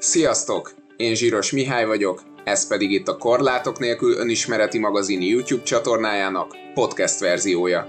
Sziasztok! Én Zsíros Mihály vagyok, ez pedig itt a Korlátok nélkül önismereti magazin YouTube csatornájának podcast verziója.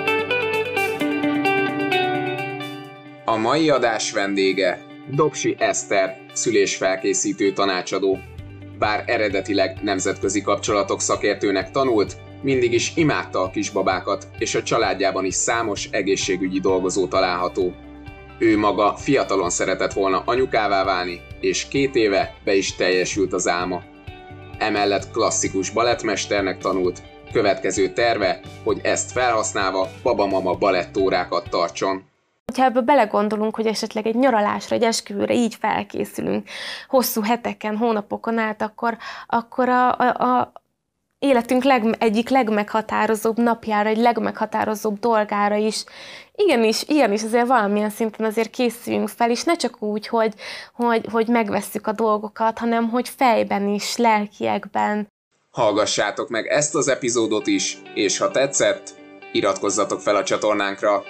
A mai adás vendége Dobsi Eszter, szülésfelkészítő tanácsadó. Bár eredetileg nemzetközi kapcsolatok szakértőnek tanult, mindig is imádta a kisbabákat, és a családjában is számos egészségügyi dolgozó található. Ő maga fiatalon szeretett volna anyukává válni, és 2 éve be is teljesült az álma. Emellett klasszikus balettmesternek tanult, következő terve, hogy ezt felhasználva baba-mama balettórákat tartson. Ha ebbe belegondolunk, hogy esetleg egy nyaralásra, egy esküvőre így felkészülünk, hosszú heteken, hónapokon át, akkor a életünk egyik legmeghatározóbb napjára, egy legmeghatározóbb dolgára is igenis azért valamilyen szinten azért készüljünk fel, és ne csak úgy, hogy megvesszük a dolgokat, hanem hogy fejben is, lelkiekben. Hallgassátok meg ezt az epizódot is, és ha tetszett, iratkozzatok fel a csatornánkra.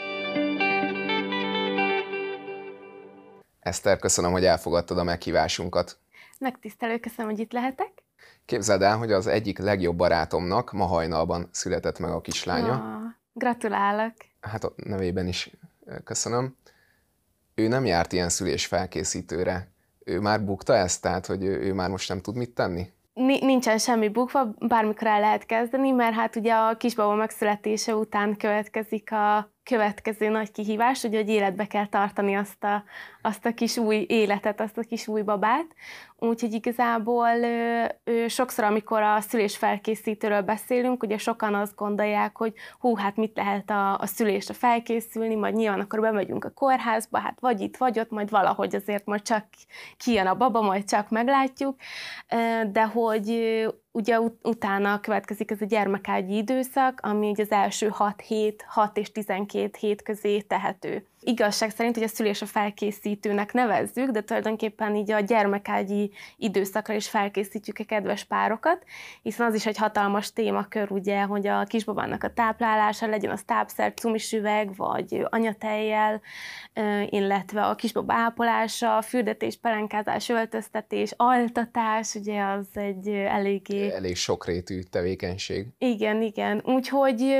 Eszter, köszönöm, hogy elfogadtad a meghívásunkat. Megtisztelő, köszönöm, hogy itt lehetek. Képzeld el, hogy az egyik legjobb barátomnak ma hajnalban született meg a kislánya. Gratulálok. Hát a nevében is köszönöm. Ő nem járt ilyen szülésfelkészítőre. Ő már bukta ezt, tehát hogy ő már most nem tud mit tenni? Nincsen semmi bukva, bármikor el lehet kezdeni, mert hát ugye a kisbaba megszületése után következik a következő nagy kihívás, ugye, hogy életbe kell tartani azt a kis új életet, azt a kis új babát. Úgyhogy igazából sokszor, amikor a szülésfelkészítőről beszélünk, ugye sokan azt gondolják, hogy hát mit lehet a szülésre felkészülni, majd nyilván akkor bemegyünk a kórházba, hát vagy itt, vagy ott, majd valahogy azért majd csak kijön a baba, majd csak meglátjuk, de hogy ugye utána következik ez a gyermekágyi időszak, ami ugye az első 6 és 12 hét közé tehető. Igazság szerint, hogy a szülésre felkészítőnek nevezzük, de tulajdonképpen így a gyermekágyi időszakra is felkészítjük a kedves párokat, hiszen az is egy hatalmas témakör, ugye, hogy a kisbabának a táplálása legyen az tápszer, cumisüveg vagy anyatejjel, illetve a kisbaba ápolása, fürdetés, pelenkázás, öltöztetés, altatás, ugye az egy elég sokrétű tevékenység. Igen. Úgyhogy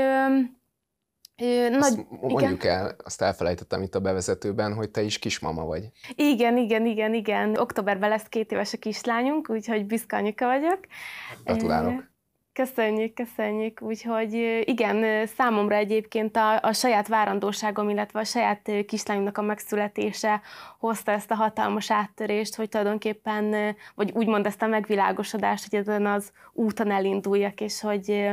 mondjuk el, azt elfelejtettem itt a bevezetőben, hogy te is kismama vagy. Igen. Októberben lesz 2 éves a kislányunk, úgyhogy büszke anyuka vagyok. Gratulálok. Köszönjük. Úgyhogy igen, számomra egyébként a saját várandóságom, illetve a saját kislányunknak a megszületése hozta ezt a hatalmas áttörést, hogy tulajdonképpen, vagy úgymond ezt a megvilágosodást, hogy ezen az úton elinduljak, és hogy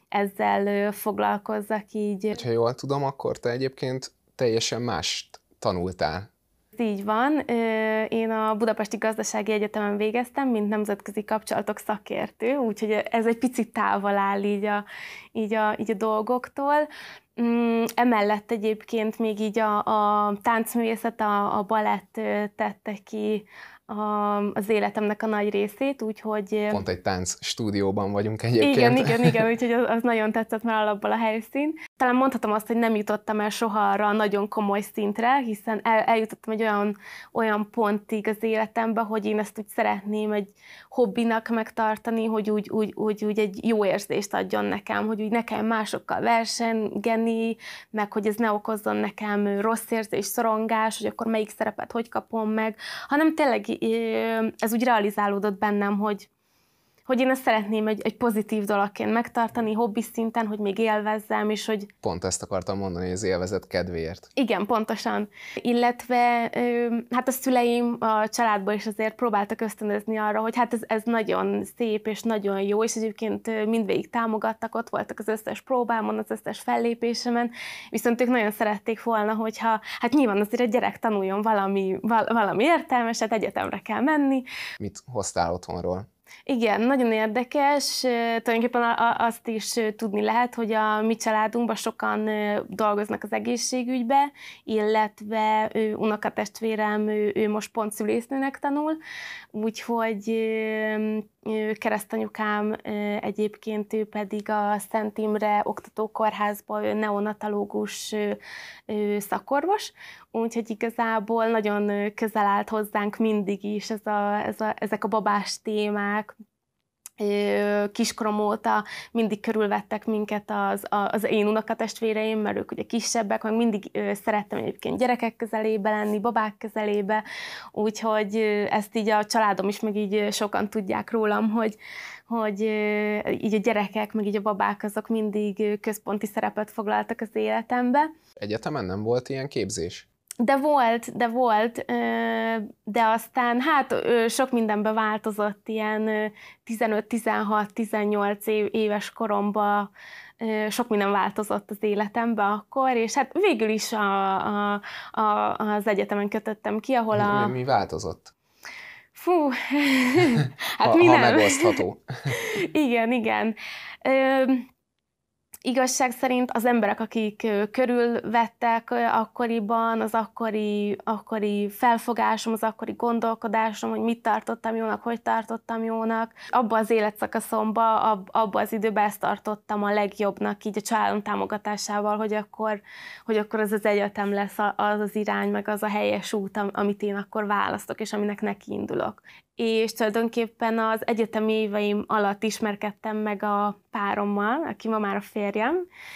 ezzel foglalkozzak így. Ha jól tudom, akkor te egyébként teljesen mást tanultál. Így van. Én a Budapesti Gazdasági Egyetemen végeztem, mint nemzetközi kapcsolatok szakértő, úgyhogy ez egy picit távol áll így a dolgoktól. Emellett egyébként még így a táncművészet, a balett tette ki az életemnek a nagy részét, úgyhogy... Pont egy tánc stúdióban vagyunk egyébként. Igen, úgyhogy az nagyon tetszett már alapból a helyszín. Talán mondhatom azt, hogy nem jutottam el soha arra a nagyon komoly szintre, hiszen eljutottam egy olyan pontig az életembe, hogy én ezt úgy szeretném egy hobbinak megtartani, hogy úgy egy jó érzést adjon nekem, hogy úgy nekem másokkal versengeni, meg hogy ez ne okozzon nekem rossz érzés, szorongás, hogy akkor melyik szerepet hogy kapom meg, hanem tényleg ez úgy realizálódott bennem, hogy én ezt szeretném egy pozitív dologként megtartani, hobbi szinten, hogy még élvezzem, és hogy... Pont ezt akartam mondani, hogy az élvezet kedvéért. Igen, pontosan. Illetve hát a szüleim a családból is azért próbáltak ösztönözni arra, hogy hát ez nagyon szép és nagyon jó, és egyébként mindvégig támogattak, ott voltak az összes próbámon, az összes fellépésemen, viszont ők nagyon szerették volna, hogyha hát nyilván azért a gyerek tanuljon valami értelmeset, egyetemre kell menni. Mit hoztál otthonról? Igen, nagyon érdekes. Tulajdonképpen azt is tudni lehet, hogy a mi családunkban sokan dolgoznak az egészségügybe, illetve unokatestvérem, ő most pont szülésznőnek tanul, úgyhogy keresztanyukám egyébként ő pedig a Szent Imre Oktatókórházban neonatológus szakorvos, úgyhogy igazából nagyon közel állt hozzánk mindig is ezek a babás témák. Kiskorom óta mindig körülvettek minket az én unokatestvéreim, mert ők ugye kisebbek, meg mindig szerettem egyébként gyerekek közelébe lenni, babák közelébe, úgyhogy ezt így a családom is, meg így sokan tudják rólam, hogy így a gyerekek, meg így a babák azok mindig központi szerepet foglaltak az életembe. Egyetemen nem volt ilyen képzés? De volt, de aztán hát sok mindenben változott, ilyen 15-16-18 éves koromban sok minden változott az életemben akkor, és hát végül is az egyetemen kötöttem ki, ahol Mi változott? Fú, hát ha megosztható. Igen. Igazság szerint az emberek, akik körülvettek akkoriban, az akkori felfogásom, az akkori gondolkodásom, hogy mit tartottam jónak, hogy tartottam jónak. Abban az életszakaszomban, abban az időben ezt tartottam a legjobbnak, így a családom támogatásával, hogy akkor az egyetem lesz az irány, meg az a helyes út, amit én akkor választok, és aminek nekiindulok. És tulajdonképpen az egyetemi éveim alatt ismerkedtem meg a párommal, aki ma már a férjem,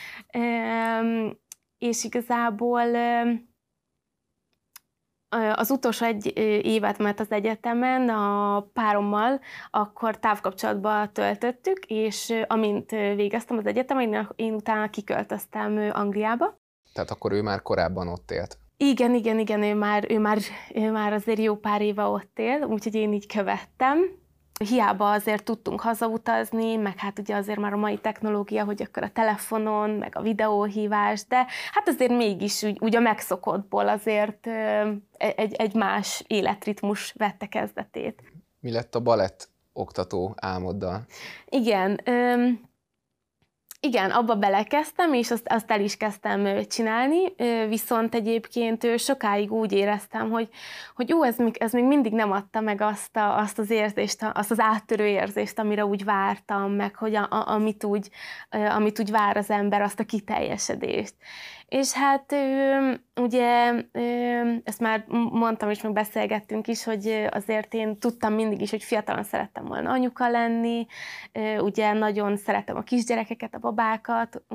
és igazából az utolsó egy évet, mert az egyetemen a párommal akkor távkapcsolatba töltöttük, és amint végeztem az egyetemen, én utána kiköltöztem Angliába. Tehát akkor ő már korábban ott élt? Igen, ő már azért jó pár éve ott él, úgyhogy én így követtem. Hiába azért tudtunk hazautazni, meg hát ugye azért már a mai technológia, hogy akkor a telefonon, meg a videóhívás, de hát azért mégis úgy a megszokottból azért egy más életritmus vette kezdetét. Mi lett a balett oktató álmoddal? Igen, abba belekezdtem, és azt el is kezdtem csinálni, viszont egyébként sokáig úgy éreztem, hogy jó, ez még mindig nem adta meg azt az érzést, azt az áttörő érzést, amire úgy vártam, meg hogy amit úgy vár az ember, azt a kiteljesedést. És hát ugye ezt már mondtam is, meg beszélgettünk is, hogy azért én tudtam mindig is, hogy fiatalon szerettem volna anyuka lenni, ugye nagyon szeretem a kisgyerekeket, a babákat,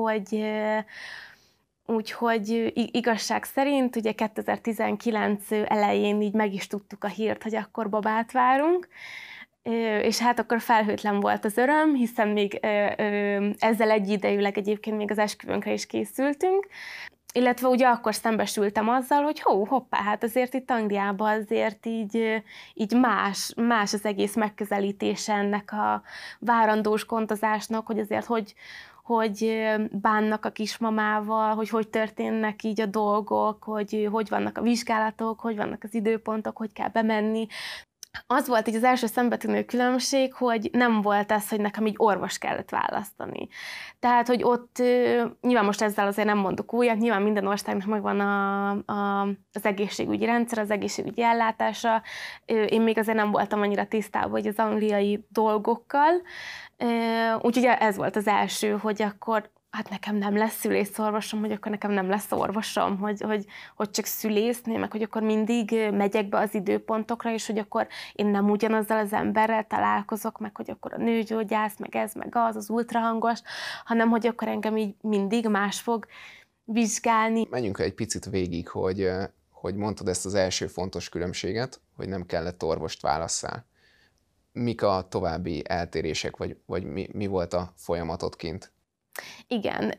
úgyhogy igazság szerint ugye 2019 elején így meg is tudtuk a hírt, hogy akkor babát várunk, és hát akkor felhőtlen volt az öröm, hiszen még ezzel egyidejűleg egyébként még az esküvőnkre is készültünk, illetve ugye akkor szembesültem azzal, hogy hoppá, hát azért itt Angliában azért így más az egész megközelítése ennek a várandós gondozásnak, hogy azért hogy bánnak a kismamával, hogy történnek így a dolgok, hogy vannak a vizsgálatok, hogy vannak az időpontok, hogy kell bemenni. Az volt így az első szembetűnő különbség, hogy nem volt ez, hogy nekem így orvos kellett választani. Tehát, hogy ott, nyilván most ezzel azért nem mondok újat, nyilván minden országnak megvan az egészségügyi rendszer, az egészségügyi ellátása. Én még azért nem voltam annyira tisztában, hogy az angliai dolgokkal. Úgyhogy ez volt az első, hogy akkor hát nekem nem lesz szülészorvosom, hogy akkor nekem nem lesz orvosom, hogy csak szülészném, meg hogy akkor mindig megyek be az időpontokra, és hogy akkor én nem ugyanazzal az emberrel találkozok, meg hogy akkor a nőgyógyász, meg ez, meg az ultrahangos, hanem hogy akkor engem így mindig más fog vizsgálni. Menjünk egy picit végig, hogy mondtad ezt az első fontos különbséget, hogy nem kellett orvost válasszál. Mik a további eltérések, vagy mi volt a folyamatod kint? Igen.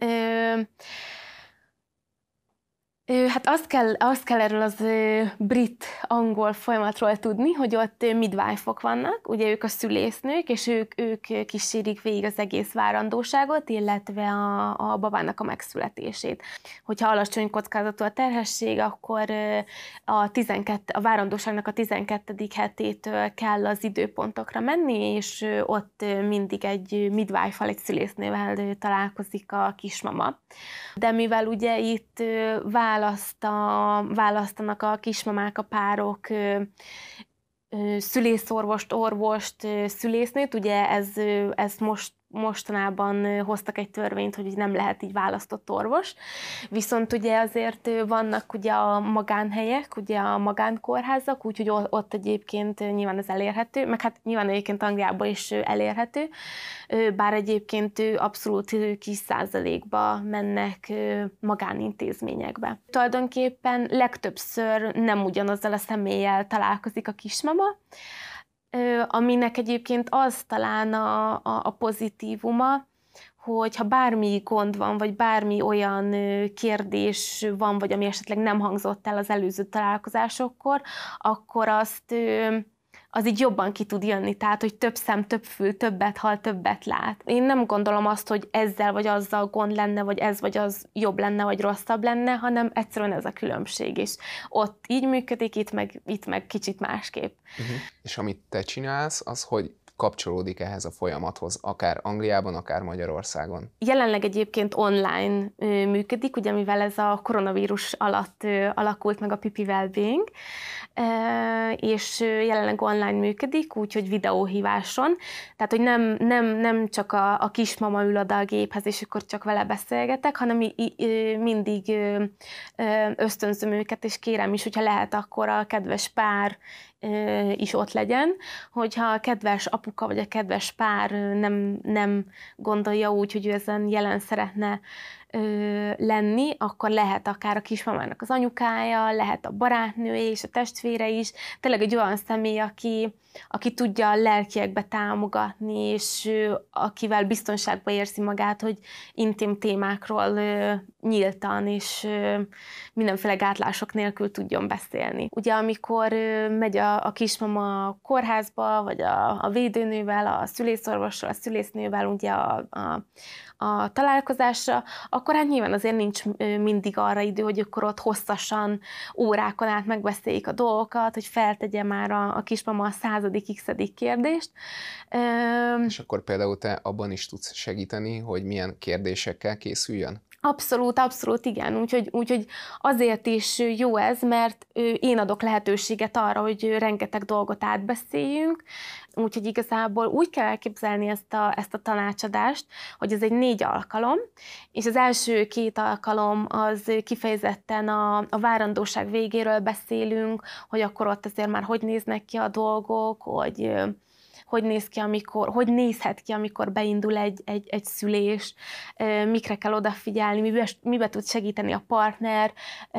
Hát azt kell erről az brit-angol folyamatról tudni, hogy ott midwife-ok vannak, ugye ők a szülésznők, és ők kísérik végig az egész várandóságot, illetve a babának a megszületését. Hogyha alacsony kockázatú a terhesség, akkor a várandóságnak a 12. hetétől kell az időpontokra menni, és ott mindig egy midwife-val, egy szülésznővel találkozik a kismama. De mivel ugye itt választanak a kismamák, a párok szülészorvost, orvost, szülésznőt, ugye ez mostanában hoztak egy törvényt, hogy nem lehet így választott orvos, viszont ugye azért vannak ugye a magánhelyek, ugye a magánkórházak, úgyhogy ott egyébként nyilván ez elérhető, meg hát nyilván egyébként Angliában is elérhető, bár egyébként abszolút kis százalékba mennek magánintézményekbe. Tulajdonképpen legtöbbször nem ugyanazzal a személlyel találkozik a kismama, aminek egyébként az talán a pozitívuma, hogy ha bármi gond van, vagy bármi olyan kérdés van, vagy ami esetleg nem hangzott el az előző találkozásokkor, akkor az így jobban ki tud jönni, tehát, hogy több szem, több fül, többet hall, többet lát. Én nem gondolom azt, hogy ezzel vagy azzal gond lenne, vagy ez vagy az jobb lenne, vagy rosszabb lenne, hanem egyszerűen ez a különbség is. Ott így működik, itt meg kicsit másképp. És amit te csinálsz, az hogy kapcsolódik ehhez a folyamathoz, akár Angliában, akár Magyarországon? Jelenleg egyébként online működik, ugye mivel ez a koronavírus alatt alakult meg a Pipi Wellbeing, és jelenleg online működik, úgyhogy videóhíváson, tehát hogy nem csak a kismama ül oda a géphez, és akkor csak vele beszélgetek, hanem mindig ösztönzöm őket, és kérem is, hogyha lehet, akkor a kedves pár is ott legyen, hogyha a kedves apuka vagy a kedves pár nem gondolja úgy, hogy ő ezen jelen szeretne lenni, akkor lehet akár a kismamának az anyukája, lehet a barátnője és a testvére is, tényleg egy olyan személy, aki tudja a lelkiekbe támogatni, és akivel biztonságban érzi magát, hogy intim témákról nyíltan és mindenféle gátlások nélkül tudjon beszélni. Ugye amikor megy a kismama a kórházba, vagy a védőnővel, a szülészorvossal, a szülésznővel ugye a találkozásra, akkor hát nyilván azért nincs mindig arra idő, hogy akkor ott hosszasan, órákon át megbeszéljük a dolgokat, hogy feltegye már a kismama a 100. x-edik kérdést. És akkor például te abban is tudsz segíteni, hogy milyen kérdésekkel készüljön? Abszolút, igen. Úgyhogy azért is jó ez, mert én adok lehetőséget arra, hogy rengeteg dolgot átbeszéljünk, úgyhogy igazából úgy kell elképzelni ezt a tanácsadást, hogy ez egy 4 alkalom, és az első 2 alkalom az kifejezetten a várandóság végéről beszélünk, hogy akkor ott azért már hogy néznek ki a dolgok, hogy nézhet ki, amikor beindul egy szülés, mikre kell odafigyelni, mibe tud segíteni a partner,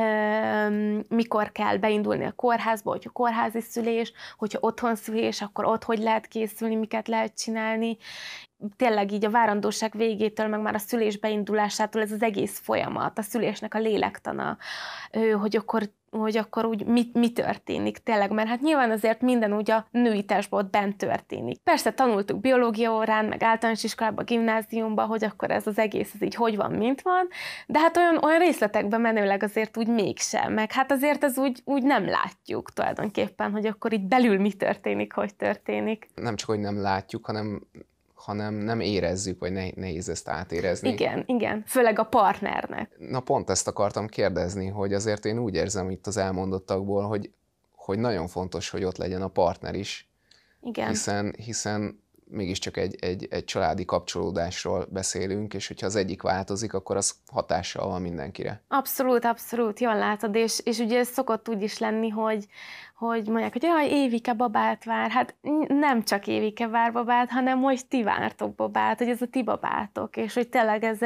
mikor kell beindulni a kórházba, hogyha kórházi szülés, hogyha otthon szülés, akkor ott hogy lehet készülni, miket lehet csinálni. Tényleg így a várandóság végétől, meg már a szülés beindulásától ez az egész folyamat, a szülésnek a lélektana, hogy akkor úgy mi történik tényleg, mert hát nyilván azért minden úgy a női testben ott bent történik. Persze tanultuk biológia órán, meg általános iskolában, gimnáziumban, hogy akkor ez az egész, ez így hogy van, mint van, de hát olyan részletekben menőleg azért úgy mégsem, meg hát azért ez úgy nem látjuk tulajdonképpen, hogy akkor itt belül mi történik, hogy történik. Nem csak, hogy nem látjuk, hanem nem érezzük, vagy nehéz ezt átérezni. Igen, főleg a partnernek. Na pont ezt akartam kérdezni, hogy azért én úgy érzem itt az elmondottakból, hogy nagyon fontos, hogy ott legyen a partner is. Igen. Hiszen mégiscsak egy családi kapcsolódásról beszélünk, és hogyha az egyik változik, akkor az hatással van mindenkire. Abszolút, jól látod, és ugye ez szokott úgy is lenni, hogy mondják, hogy jaj, Évike babát vár. Hát nem csak Évike vár babát, hanem hogy ti vártok babát, hogy ez a ti babátok, és hogy tényleg ez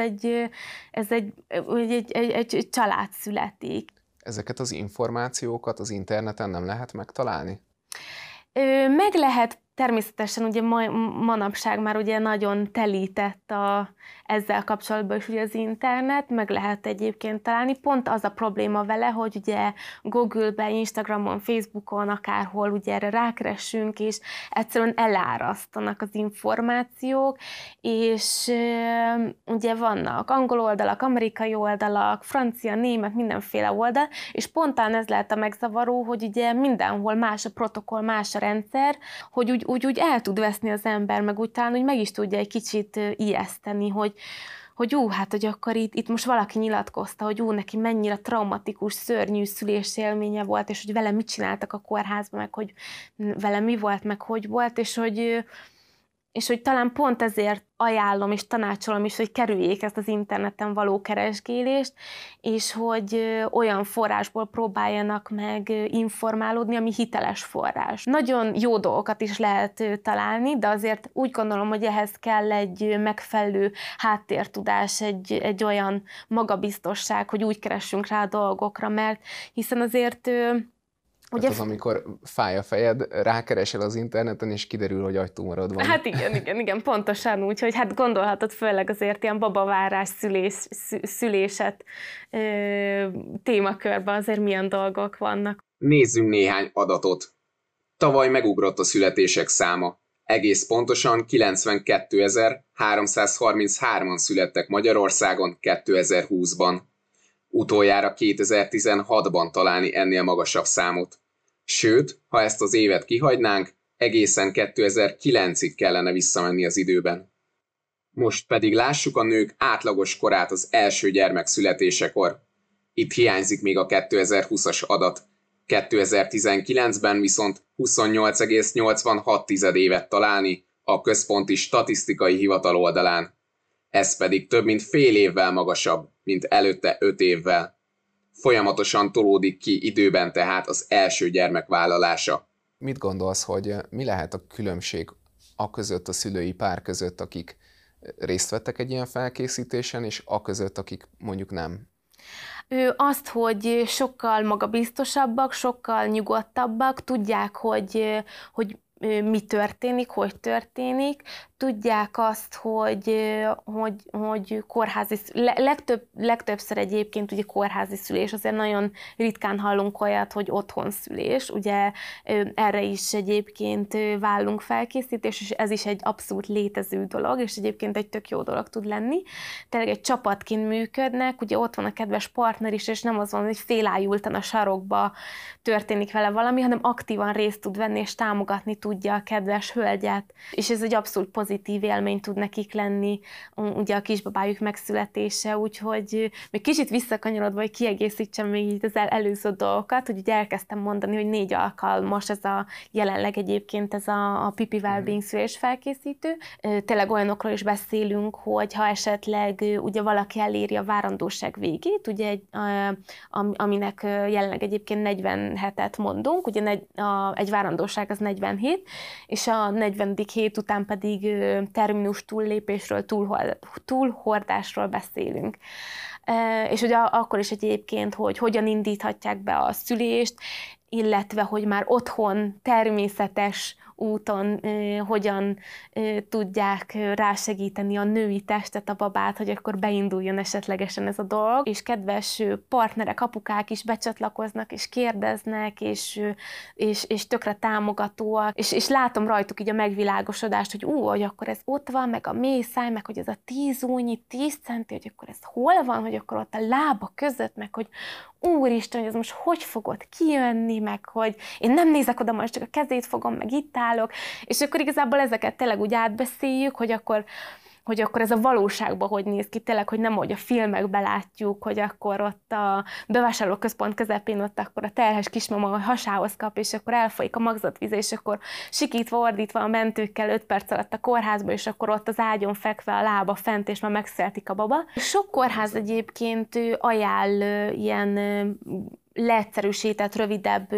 egy család születik. Ezeket az információkat az interneten nem lehet megtalálni? Meg lehet. Természetesen ugye manapság már ugye nagyon telített ezzel kapcsolatban is ugye az internet, meg lehet egyébként találni. Pont az a probléma vele, hogy ugye Google-ben, Instagramon, Facebookon, akárhol ugye erre rákeressünk, és egyszerűen elárasztanak az információk, és ugye vannak angol oldalak, amerikai oldalak, francia, német, mindenféle oldal, és pontán ez lehet a megzavaró, hogy ugye mindenhol más a protokoll, más a rendszer, hogy úgy el tud veszni az ember, meg úgy talán, hogy meg is tudja egy kicsit ijeszteni, hát, hogy akkor itt most valaki nyilatkozta, hogy neki mennyire traumatikus, szörnyű szülésélménye volt, és hogy vele mit csináltak a kórházban, meg hogy vele mi volt, meg hogy volt, és hogy talán pont ezért ajánlom és tanácsolom is, hogy kerüljék ezt az interneten való keresgélést, és hogy olyan forrásból próbáljanak meg informálódni, ami hiteles forrás. Nagyon jó dolgokat is lehet találni, de azért úgy gondolom, hogy ehhez kell egy megfelelő háttértudás, egy olyan magabiztosság, hogy úgy keressünk rá a dolgokra, mert hiszen azért... Ugye az, amikor fáj a fejed, rákeresel az interneten, és kiderül, hogy agytumorod van. Hát igen, pontosan úgy, hogy hát gondolhatod főleg azért ilyen babavárás, szüléset témakörben azért milyen dolgok vannak. Nézzünk néhány adatot. Tavaly megugrott a születések száma. Egész pontosan 92.333-an születtek Magyarországon 2020-ban. Utoljára 2016-ban találni ennél magasabb számot. Sőt, ha ezt az évet kihagynánk, egészen 2009-ig kellene visszamenni az időben. Most pedig lássuk a nők átlagos korát az első gyermek születésekor. Itt hiányzik még a 2020-as adat. 2019-ben viszont 28,86 évet találni a Központi Statisztikai Hivatal oldalán. Ez pedig több mint fél évvel magasabb, mint előtte 5 évvel. Folyamatosan tolódik ki időben tehát az első gyermek vállalása. Mit gondolsz, hogy mi lehet a különbség a között, a szülői pár között, akik részt vettek egy ilyen felkészítésen, és a között, akik mondjuk nem? Azt, hogy sokkal magabiztosabbak, sokkal nyugodtabbak, tudják, hogy mi történik, hogy történik, tudják azt, hogy kórházi, legtöbbször egyébként ugye kórházi szülés, azért nagyon ritkán hallunk olyat, hogy otthon szülés, ugye erre is egyébként vállunk felkészítés, és ez is egy abszolút létező dolog, és egyébként egy tök jó dolog tud lenni. Tényleg egy csapatként működnek, ugye ott van a kedves partner is, és nem az van, hogy félájultan a sarokba történik vele valami, hanem aktívan részt tud venni, és támogatni tudja a kedves hölgyet, és ez egy abszolút pozitív élmény tud nekik lenni, ugye a kisbabájuk megszületése, úgyhogy még kicsit visszakanyarodva, hogy kiegészítsem még így az előző dolgokat, hogy ugye elkezdtem mondani, hogy 4 alkalmas ez a jelenleg egyébként ez a Pipi Wellbeing szülés felkészítő. Tényleg olyanokról is beszélünk, hogy ha esetleg ugye valaki eléri a várandóság végét, ugye aminek jelenleg egyébként 40 hetet mondunk, ugye egy várandóság az 47, és a 40. hét után pedig terminus túllépésről, túlhordásról beszélünk. És ugye akkor is egyébként, hogy hogyan indíthatják be a szülést, illetve hogy már otthon természetes úton hogyan tudják rásegíteni a női testet, a babát, hogy akkor beinduljon esetlegesen ez a dolog. És kedves partnerek, apukák is becsatlakoznak, és kérdeznek, és tökre támogatóak, és látom rajtuk így a megvilágosodást, hogy akkor ez ott van, meg a mészáj, meg hogy ez a 10 ujnyi, 10 centi, hogy akkor ez hol van, hogy akkor ott a lába között, meg hogy úristen, hogy ez most hogy fog ott kijönni, meg hogy én nem nézek oda, most csak a kezét fogom, meg itt állok, és akkor igazából ezeket tényleg úgy átbeszéljük, hogy akkor ez a valóságban hogy néz ki, tényleg, hogy nem hogy a filmekben látjuk, hogy akkor ott a bevásárlóközpont közepén ott akkor a terhes kismama a hasához kap, és akkor elfolyik a magzatvíz, és akkor sikítva, ordítva a mentőkkel 5 perc alatt a kórházba, és akkor ott az ágyon fekve a lába fent, és már megszületik a baba. Sok kórház egyébként ajánl ilyen leegyszerűsített, rövidebb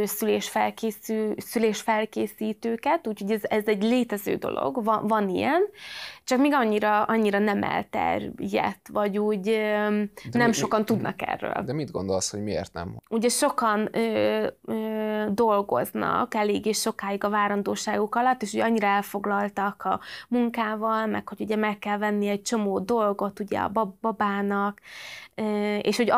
szülésfelkészítőket, úgyhogy ez egy létező dolog, van ilyen, csak még annyira nem elterjedt, vagy úgy nem sokan tudnak erről. De mit gondolsz, hogy miért nem? Ugye sokan dolgoznak eléggé sokáig a várandóságuk alatt, és ugye annyira elfoglaltak a munkával, meg hogy ugye meg kell venni egy csomó dolgot ugye a babának, és hogy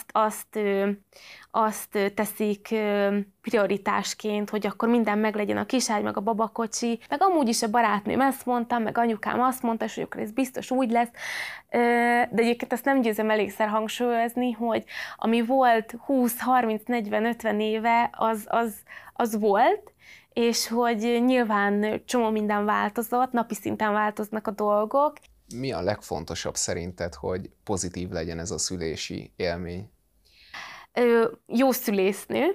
azt teszik prioritásként, hogy akkor minden meglegyen, a kiságy, meg a babakocsi, meg amúgy is a barátnőm ezt mondta, meg anyukám azt mondta, hogy akkor ez biztos úgy lesz. De egyébként ezt nem győzöm elégszer hangsúlyozni, hogy ami volt 20, 30, 40, 50 éve, az volt, és hogy nyilván csomó minden változott, napi szinten változnak a dolgok. Mi a legfontosabb szerinted, hogy pozitív legyen ez a szülési élmény? Jó szülésznő,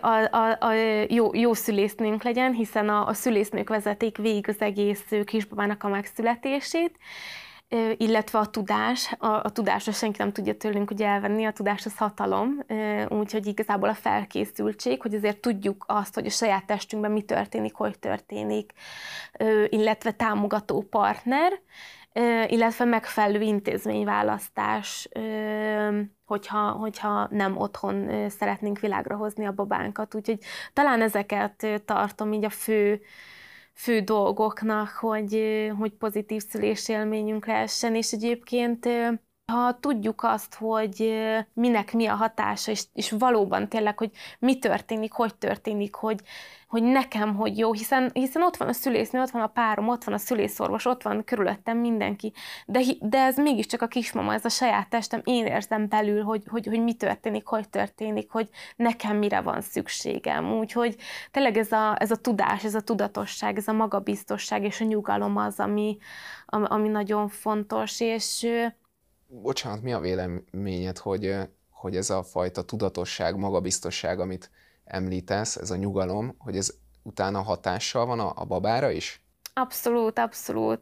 jó szülésznőnk legyen, hiszen a szülésznők vezetik végig az egész kisbabának a megszületését, illetve a tudás. A tudásra senki nem tudja tőlünk ugye elvenni, a tudás az hatalom, úgyhogy igazából a felkészültség, hogy azért tudjuk azt, hogy a saját testünkben mi történik, hogy történik, illetve támogató partner, illetve megfelelő intézményválasztás, hogyha nem otthon szeretnénk világra hozni a babánkat. Úgyhogy talán ezeket tartom így a fő dolgoknak, hogy pozitív szülésélményünk lehessen, és egyébként ha tudjuk azt, hogy minek mi a hatása, és valóban tényleg, hogy mi történik, hogy nekem hogy jó, hiszen ott van a szülésznő, ott van a párom, ott van a szülészorvos, ott van körülöttem mindenki, de ez mégiscsak a kismama, ez a saját testem, én érzem belül, hogy mi történik, hogy nekem mire van szükségem. Úgyhogy tényleg ez a tudás, ez a tudatosság, ez a magabiztosság és a nyugalom az, ami nagyon fontos, és Bocsánat, mi a véleményed, hogy ez a fajta tudatosság, magabiztosság, amit említesz, ez a nyugalom, hogy ez utána hatással van a babára is? Abszolút, abszolút.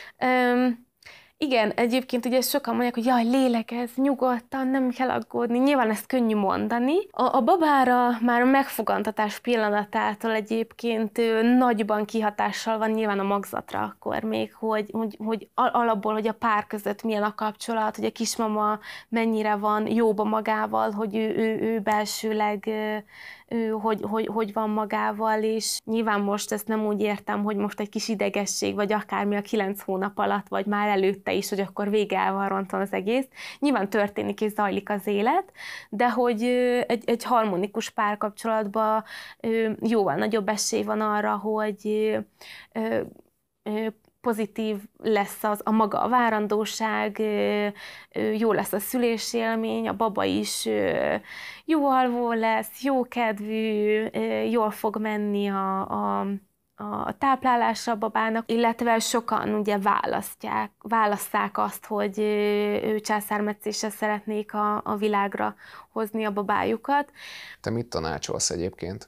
Igen, egyébként ugye sokan mondják, hogy jaj, lélegezz, nyugodtan, nem kell aggódni. Nyilván ezt könnyű mondani. A babára már a megfogantatás pillanatától egyébként nagyban kihatással van nyilván a magzatra akkor még, hogy alapból, hogy a pár között milyen a kapcsolat, hogy a kismama mennyire van jóba magával, hogy ő belsőleg hogy van magával, és nyilván most ezt nem úgy értem, hogy most egy kis idegesség, vagy akármi a 9 hónap alatt, vagy már előtte is, hogy akkor vége el van rontva az egész. Nyilván történik és zajlik az élet, de hogy egy harmonikus párkapcsolatban jóval nagyobb esély van arra, hogy pozitív lesz a maga a várandóság, jó lesz a szülésélmény, a baba is jó alvó lesz, jó kedvű, jól fog menni a táplálásra a babának, illetve sokan ugye választák azt, hogy ő császármetszéssel szeretnék a világra hozni a babájukat. Te mit tanácsolsz egyébként?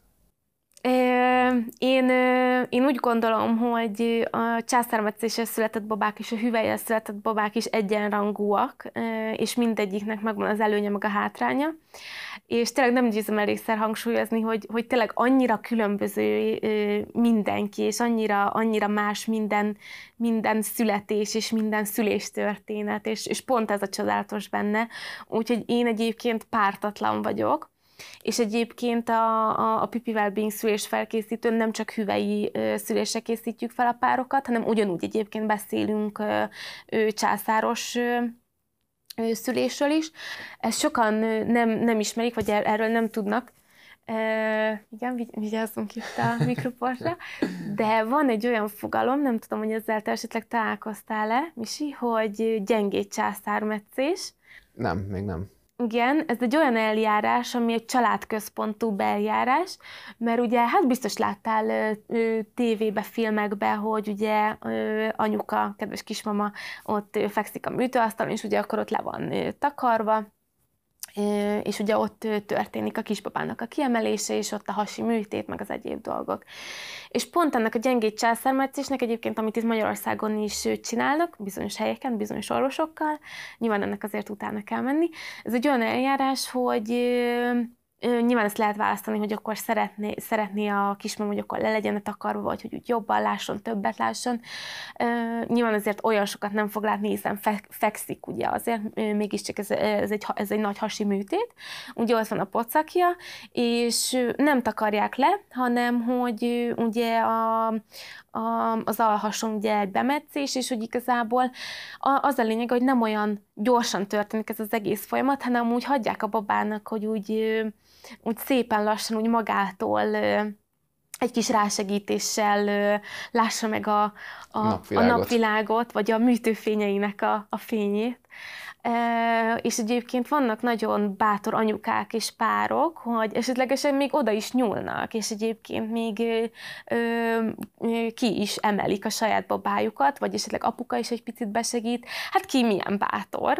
Én úgy gondolom, hogy a császármetszéssel született babák és a hüvellyel született babák is egyenrangúak, és mindegyiknek megvan az előnye meg a hátránya. És tényleg nem győzöm elégszer hangsúlyozni, hogy tényleg annyira különböző mindenki, és annyira más minden születés és minden szüléstörténet, és pont ez a csodálatos benne. Úgyhogy én egyébként pártatlan vagyok. És egyébként a Pipi Wellbeing szülésfelkészítőn nem csak hüvelyi szülésre készítjük fel a párokat, hanem ugyanúgy egyébként beszélünk császáros szülésről is. Ezt sokan nem ismerik, vagy erről nem tudnak. Igen, vigyázzunk itt a mikroportra. De van egy olyan fogalom, nem tudom, hogy ezzel te esetleg találkoztál-e, Misi, hogy gyengéd császármetszés. Nem, még nem. Igen, ez egy olyan eljárás, ami egy családközpontú eljárás, mert ugye hát biztos láttál tévébe, filmekbe, hogy ugye anyuka, kedves kismama ott fekszik a műtőasztalon, és ugye akkor ott le van takarva, és ugye ott történik a kisbabának a kiemelése, és ott a hasi műtét, meg az egyéb dolgok. És pont ennek a gyengéd császármetszésnek egyébként, amit itt Magyarországon is csinálnak, bizonyos helyeken, bizonyos orvosokkal, nyilván ennek azért utána kell menni. Ez egy olyan eljárás, hogy nyilván ezt lehet választani, hogy akkor szeretné a kismama, hogy akkor le legyen takarva, vagy hogy úgy jobban lásson, többet lásson. Nyilván azért olyan sokat nem fog látni, hiszen fekszik ugye azért, mégiscsak ez egy nagy hasi műtét. Ugye ott van a pocakja, és nem takarják le, hanem hogy ugye az alhason ugye egy bemetszés, és hogy igazából az a lényeg, hogy nem olyan gyorsan történik ez az egész folyamat, hanem úgy hagyják a babának, hogy úgy szépen lassan, úgy magától egy kis rásegítéssel lássa meg a napvilágot, vagy a műtőfényeinek a fényét. És egyébként vannak nagyon bátor anyukák és párok, hogy esetlegesen még oda is nyúlnak, és egyébként még ki is emelik a saját babájukat, vagy esetleg apuka is egy picit besegít, hát ki milyen bátor.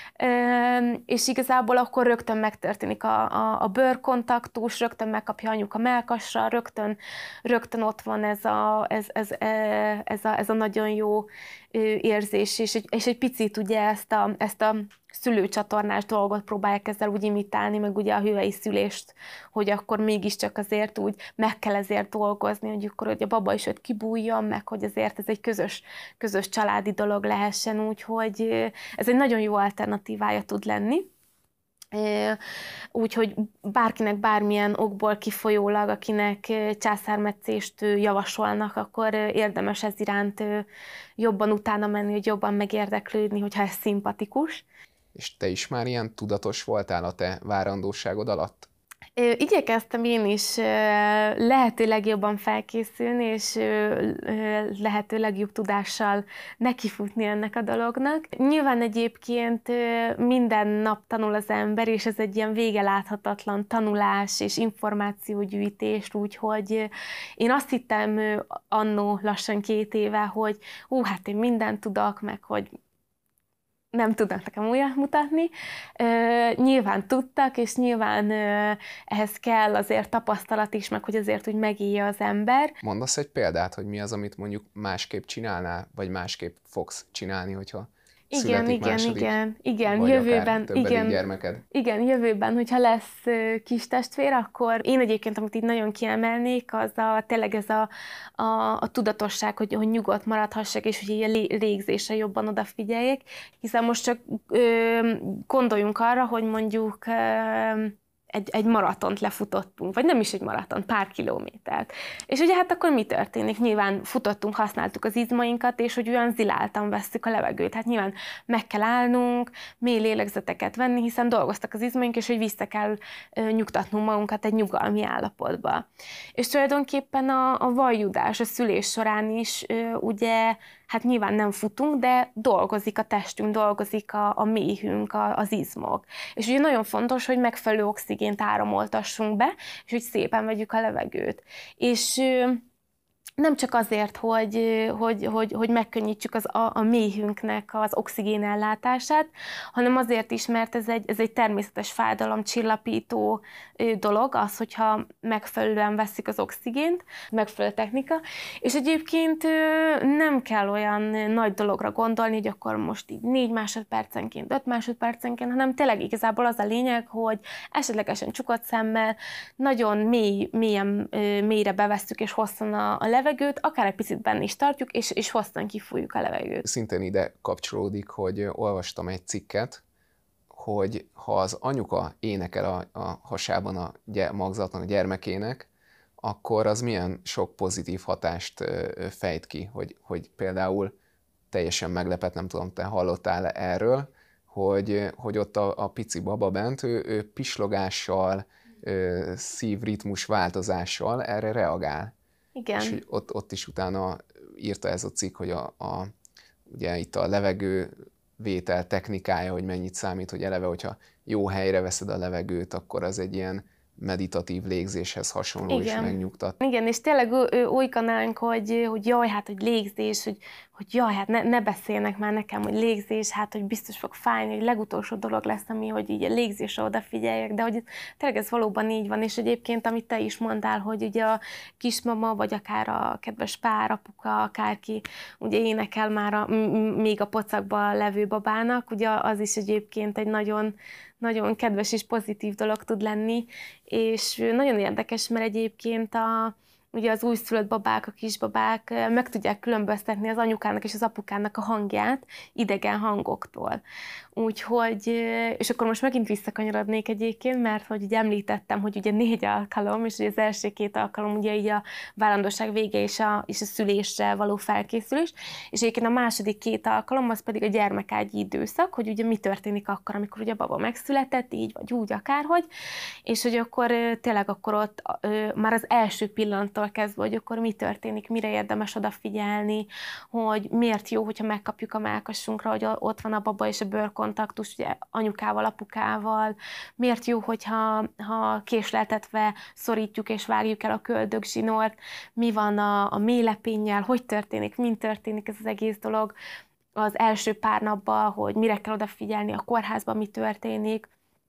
És igazából akkor rögtön megtörténik a bőrkontaktus, rögtön megkapja anyuka mellkasra, rögtön ott van ez a nagyon jó érzés, és egy picit ugye ezt a szülőcsatornás dolgot próbálják ezzel úgy imitálni, meg ugye a hüvei szülést, hogy akkor mégiscsak azért úgy meg kell ezért dolgozni, hogy akkor hogy a baba is ott kibújjon, meg hogy azért ez egy közös családi dolog lehessen, úgyhogy ez egy nagyon jó alternatívája tud lenni. Úgyhogy bárkinek bármilyen okból kifolyólag, akinek császármetszést javasolnak, akkor érdemes ez iránt jobban utána menni, hogy jobban megérdeklődni, hogyha ez szimpatikus. És te is már ilyen tudatos voltál a te várandóságod alatt? Igyekeztem én is lehető legjobban felkészülni, és lehető legjobb tudással nekifutni ennek a dolognak. Nyilván egyébként minden nap tanul az ember, és ez egy ilyen vége láthatatlan tanulás és információgyűjtés, úgyhogy én azt hittem annó lassan 2 éve, hogy hát én mindent tudok, meg hogy nem tudnak nekem újat mutatni. Nyilván tudtak, és nyilván ehhez kell azért tapasztalat is, meg hogy azért úgy megélje az ember. Mondasz egy példát, hogy mi az, amit mondjuk másképp csinálnál, vagy másképp fogsz csinálni, hogyha születik második, vagy jövőben, akár többedik gyermeked? Igen, jövőben, hogyha lesz kis testvér, akkor én egyébként, amit így nagyon kiemelnék, az tényleg ez a tudatosság, hogy nyugodt maradhassak, és hogy így a légzésre jobban odafigyeljek, hiszen most csak gondoljunk arra, hogy mondjuk egy maratont lefutottunk, vagy nem is egy maraton, pár kilométert. És ugye hát akkor mi történik? Nyilván futottunk, használtuk az izmainkat, és hogy olyan ziláltan vesszük a levegőt. Hát nyilván meg kell állnunk, mély lélegzeteket venni, hiszen dolgoztak az izmaink, és hogy vissza kell nyugtatnunk magunkat egy nyugalmi állapotba. És tulajdonképpen a vajjudás, a szülés során is ugye hát nyilván nem futunk, de dolgozik a testünk, dolgozik a méhünk, az izmok. És ugye nagyon fontos, hogy megfelelő oxigént áramoltassunk be, és hogy szépen vegyük a levegőt. És nem csak azért, hogy megkönnyítsük a méhünknek az oxigénellátását, hanem azért is, mert ez egy természetes fájdalomcsillapító dolog, az, hogyha megfelelően veszik az oxigént, megfelelő technika, és egyébként nem kell olyan nagy dologra gondolni, hogy akkor most így 4 másodpercenként, 5 másodpercenként, hanem tényleg igazából az a lényeg, hogy esetlegesen csukott szemmel, nagyon mélyre bevesszük és hosszan a levegőt, akár egy picit benne is tartjuk, és hosszan kifújjuk a levegőt. Szintén ide kapcsolódik, hogy olvastam egy cikket, hogy ha az anyuka énekel a hasában a magzatnak, a gyermekének, akkor az milyen sok pozitív hatást fejt ki, hogy például teljesen meglepett, nem tudom, te hallottál erről, hogy ott a pici baba bent, ő pislogással, szívritmus változással erre reagál. Igen. És hogy ott is utána írta ez a cikk, hogy ugye itt a levegővétel technikája, hogy mennyit számít, hogy eleve, hogyha jó helyre veszed a levegőt, akkor az egy ilyen meditatív légzéshez hasonló. Igen. És megnyugtat. Igen, és tényleg újkanánk, hogy jaj, hát, hogy légzés, hogy jaj, hát ne beszélnek már nekem, hogy légzés, hát, hogy biztos fog fájni, hogy legutolsó dolog lesz, ami, hogy így a légzésre odafigyeljek, de hogy tényleg ez valóban így van, és egyébként, amit te is mondtál, hogy ugye a kismama, vagy akár a kedves pár, apuka, akárki, ugye énekel már még a pocakban levő babának, ugye az is egyébként egy nagyon kedves és pozitív dolog tud lenni, és nagyon érdekes, mert egyébként ugye az újszülött babák, a kisbabák meg tudják különböztetni az anyukának és az apukának a hangját idegen hangoktól. Úgyhogy, és akkor most megint visszakanyarodnék egyébként, mert hogy ugye említettem, hogy ugye 4 alkalom, és ugye az első 2 alkalom ugye így a várandóság vége és a szülésre való felkészülés, és egyébként a második 2 alkalom az pedig a gyermekágyi időszak, hogy ugye mi történik akkor, amikor ugye a baba megszületett, így vagy úgy, akárhogy, és hogy akkor tényleg akkor ott már az első pillanattól onnantól kezdve, hogy akkor mi történik, mire érdemes odafigyelni, hogy miért jó, hogyha megkapjuk a mellkasunkra, hogy ott van a baba és a bőrkontaktus, ugye anyukával, apukával, miért jó, hogyha késleltetve szorítjuk és vágjuk el a köldögzsinort, mi van a mélepénnyel, hogy történik, mint történik ez az egész dolog az első pár napban, hogy mire kell odafigyelni a kórházban, mi történik,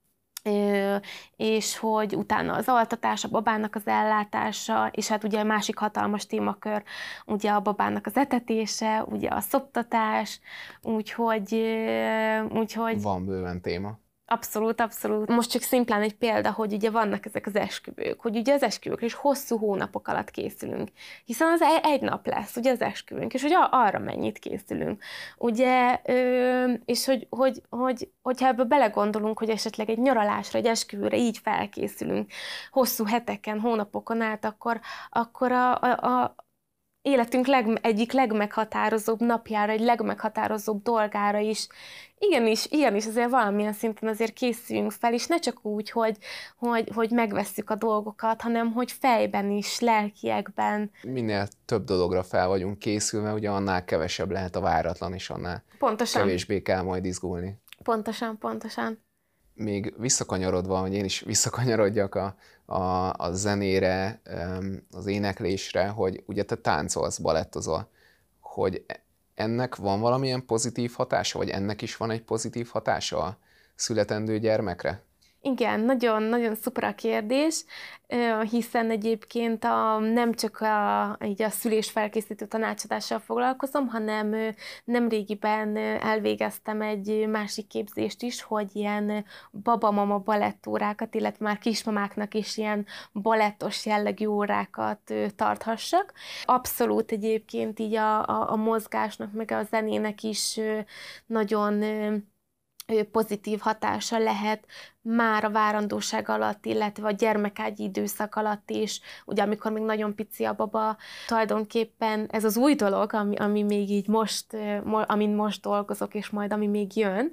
és hogy utána az altatás, a babának az ellátása, és hát ugye a másik hatalmas témakör, ugye a babának az etetése, ugye a szoptatás, úgyhogy... Van bőven téma. Abszolút, abszolút. Most csak szimplán egy példa, hogy ugye vannak ezek az esküvők, hogy ugye az esküvőkre is hosszú hónapok alatt készülünk, hiszen az egy nap lesz, ugye az esküvőnk, és hogy arra mennyit készülünk. Ugye, és hogyha ebbe belegondolunk, hogy esetleg egy nyaralásra, egy esküvőre így felkészülünk, hosszú heteken, hónapokon át, akkor a életünk egyik legmeghatározóbb napjára, egy legmeghatározóbb dolgára is igenis azért valamilyen szinten azért készüljünk fel, és ne csak úgy, hogy megvesszük a dolgokat, hanem hogy fejben is, lelkiekben. Minél több dologra fel vagyunk készülve, ugye annál kevesebb lehet a váratlan, és annál kevésbé kell majd izgulni. Pontosan. Még visszakanyarodva, hogy én is visszakanyarodjak a zenére, az éneklésre, hogy ugye te táncolsz, balettozol, hogy ennek van valamilyen pozitív hatása, vagy ennek is van egy pozitív hatása a születendő gyermekre? Igen, nagyon-nagyon szuper a kérdés, hiszen egyébként nem csak így a szülésfelkészítő tanácsadással foglalkozom, hanem nemrégiben elvégeztem egy másik képzést is, hogy ilyen baba-mama balettórákat, illetve már kismamáknak is ilyen balettos jellegű órákat tarthassak. Abszolút egyébként így a mozgásnak, meg a zenének is nagyon pozitív hatása lehet már a várandóság alatt, illetve a gyermekágyi időszak alatt is, ugye amikor még nagyon pici a baba, tulajdonképpen ez az új dolog, ami még így amin most dolgozok, és majd ami még jön,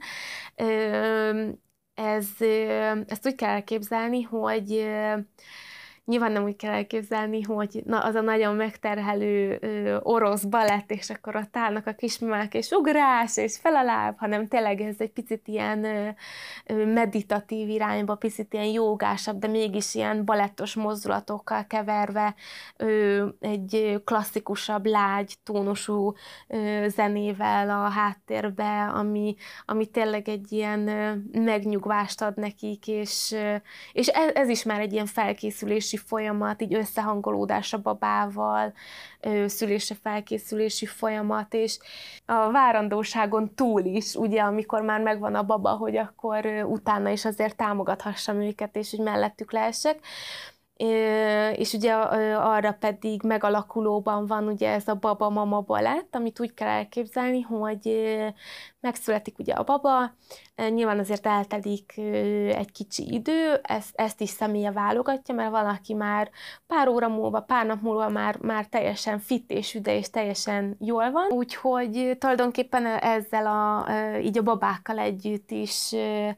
ezt úgy kell elképzelni, hogy nyilván nem úgy kell elképzelni, hogy az a nagyon megterhelő orosz balett, és akkor ott állnak a kismamák, és ugrás, és fel a láb, hanem tényleg ez egy picit ilyen meditatív irányba, picit ilyen jogásabb, de mégis ilyen balettos mozdulatokkal keverve egy klasszikusabb, lágy, tónusú zenével a háttérbe, ami tényleg egy ilyen megnyugvást ad nekik, és ez is már egy ilyen felkészülési folyamat, így összehangolódás a babával, szülésre felkészülési folyamat, és a várandóságon túl is, ugye, amikor már megvan a baba, hogy akkor utána is azért támogathassam őket, és hogy mellettük lehessek. És ugye arra pedig megalakulóban van ugye ez a baba-mama balett, amit úgy kell elképzelni, hogy megszületik ugye a baba, nyilván azért eltelik egy kicsi idő, ezt is személye válogatja, mert valaki már pár óra múlva, pár nap múlva már teljesen fit és üde, és teljesen jól van, úgyhogy tulajdonképpen ezzel így a babákkal együtt is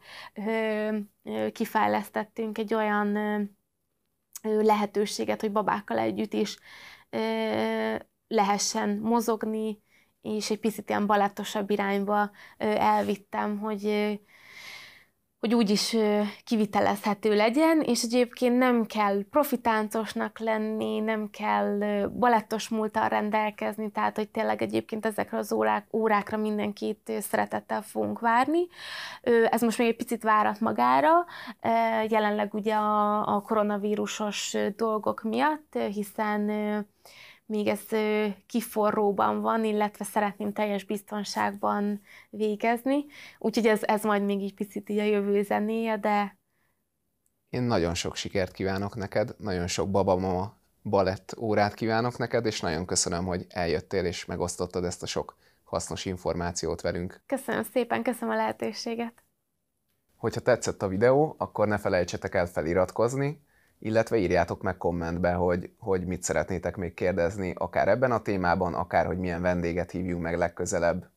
kifejlesztettünk egy olyan lehetőséget, hogy babákkal együtt is lehessen mozogni, és egy picit ilyen balettosabb irányba elvittem, hogy úgy is kivitelezhető legyen, és egyébként nem kell profitáncosnak lenni, nem kell balettos múlttal rendelkezni, tehát hogy tényleg egyébként ezekre az órákra mindenkit szeretettel fogunk várni. Ez most még egy picit várat magára, jelenleg ugye a koronavírusos dolgok miatt, hiszen még ez kiforróban van, illetve szeretném teljes biztonságban végezni. Úgyhogy ez majd még egy picit így a jövő zenéje, de... Én nagyon sok sikert kívánok neked, nagyon sok baba-mama balett órát kívánok neked, és nagyon köszönöm, hogy eljöttél és megosztottad ezt a sok hasznos információt velünk. Köszönöm szépen, köszönöm a lehetőséget. Hogyha tetszett a videó, akkor ne felejtsetek el feliratkozni, illetve írjátok meg kommentbe, hogy mit szeretnétek még kérdezni, akár ebben a témában, akár hogy milyen vendéget hívjunk meg legközelebb.